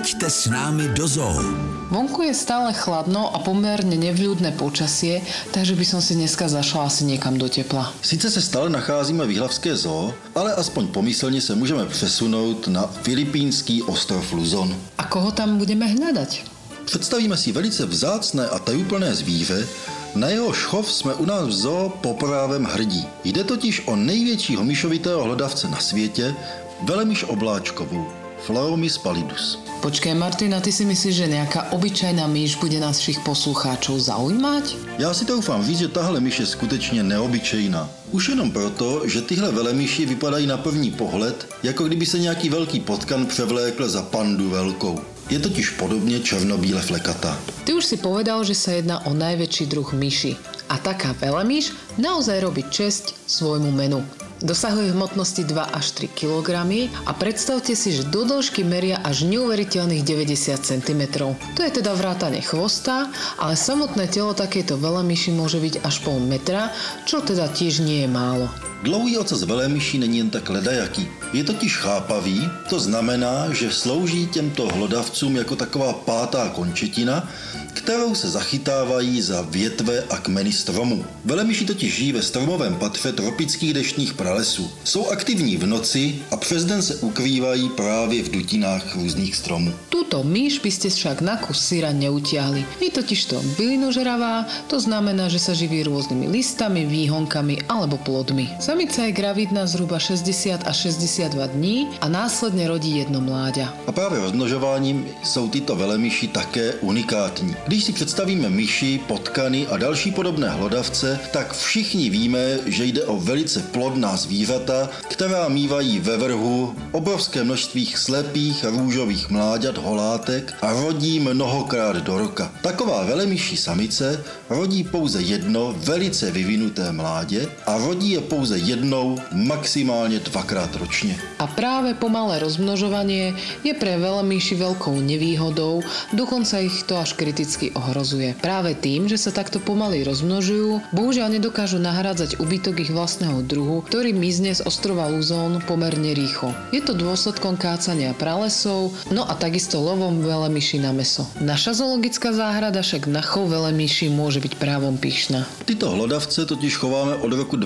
Pojďte s námi do zoo. Vonku je stále chladno a pomerne nevľúdne počasie, takže by som si dneska zašla asi niekam do tepla. Sice se stále nacházíme v Jihlavské zoo, ale aspoň pomyslně se můžeme přesunout na filipínský ostrov Luzon. A koho tam budeme hľadať? Představíme si velice vzácné a tajuplné zvíře, na jehož chov jsme u nás v zoo poprávem hrdí. Jde totiž o největšího myšovitého hlodavce na světě, velemyš obláčkovou, Phalaomys pallidus. Počkej, Martina, ty si myslíš, že nejaká obyčajná myš bude našich poslucháčov zaujímať? Já si troufám říct, že tahle myš je skutečně neobyčejná. Už jenom proto, že tyhle velemyši vypadají na první pohled, jako kdyby se nějaký velký potkan převlékl za pandu velkou. Je totiž podobně černobíle flekatá. Ty už si povedal, že sa jedná o najväčší druh myši. A taká velemyš naozaj robí česť svojmu menu. Dosahuje hmotnosti 2 až 3 kg a predstavte si, že do dĺžky meria až neuveriteľných 90 cm. To je teda vrátane chvosta, ale samotné telo takéto velemyši môže byť až pol metra, čo teda tiež nie je málo. Dlouhý ocas velemyší není jen tak ledajaký. Je totiž chápavý, to znamená, že slouží těmto hlodavcům jako taková pátá končetina, kterou se zachytávají za větve a kmeny stromů. Velemyši totiž žijí ve stromovém patře tropických deštných pralesů. Jsou aktivní v noci a přes den se ukrývají právě v dutinách různých stromů. Túto myš by ste však na kus syra neutiahli. Je totižto bylinožravá, to znamená, že sa živí rôznymi listami, výhonkami alebo plodmi. Samica je gravidná zhruba 60 až 62 dní a následne rodí jedno mláďa. A právě rozmnožováním jsou tyto velemyši také unikátní. Když si představíme myši, potkany a další podobné hlodavce, tak všichni víme, že jde o velice plodná zvířata, která mívají ve vrhu obrovské množství slepých růžových mláďat holátek a rodí mnohokrát do roka. Taková velemyší samice rodí pouze jedno velice vyvinuté mládě a rodí je pouze jednou, maximálně dvakrát ročně. A práve pomalé rozmnožovanie je pre velemyši veľkou nevýhodou, dokonca ich to až kriticky ohrozuje. Práve tým, že sa takto pomaly rozmnožujú, bohužiaľ nedokážu nahrádzať úbytok ich vlastného druhu, ktorý mizne z ostrova Luzon pomerne rýchlo. Je to dôsledkom kácania pralesov, no a takisto lovom velemyši na mäso. Naša zoologická záhrada však na chov velemyši môže byť právom pyšná. Tyto hlodavce totiž chováme od roku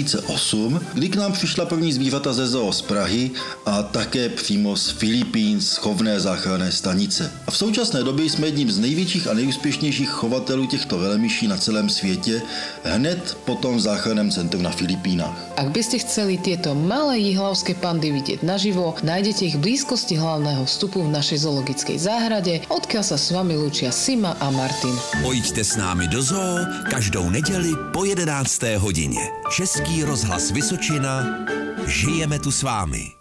2008, kdy k nám přišla první zvířata ze zoo z Prahy a také přímo z Filipín z chovné záchranné stanice. A v současné době jsme jedním z největších a nejúspěšnějších chovatelů těchto velemyší na celém světě, hned potom v záchranném centru na Filipínách. Ak by ste chceli tieto malé jihlavské pandy vidieť naživo, nájdete ich v blízkosti hlavného vstupu v našej zoologickej záhrade, odkiaľ sa s vami lúčia Sima a Martin. Pojďte s námi do zoo každou neděli po 11. hodině. Český rozhlas Vysočina. Žijeme tu s vámi.